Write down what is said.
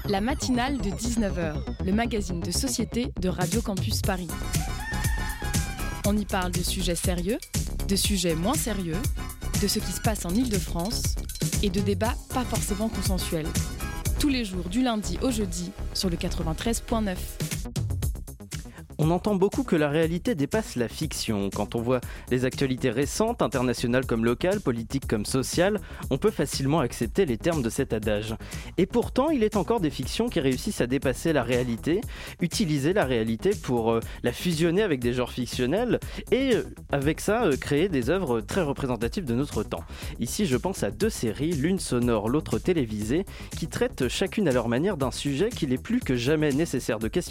La matinale de 19h, le magazine de société de Radio Campus Paris. On y parle de sujets sérieux, de sujets moins sérieux, de ce qui se passe en Île-de-France et de débats pas forcément consensuels. Tous les jours du lundi au jeudi sur le 93.9. On entend beaucoup que la réalité dépasse la fiction. Quand on voit les actualités récentes, internationales comme locales, politiques comme sociales, on peut facilement accepter les termes de cet adage. Et pourtant, il est encore des fictions qui réussissent à dépasser la réalité, utiliser la réalité pour la fusionner avec des genres fictionnels et avec ça créer des œuvres très représentatives de notre temps. Ici, je pense à deux séries, l'une sonore, l'autre télévisée, qui traitent chacune à leur manière d'un sujet qu'il est plus que jamais nécessaire de questionner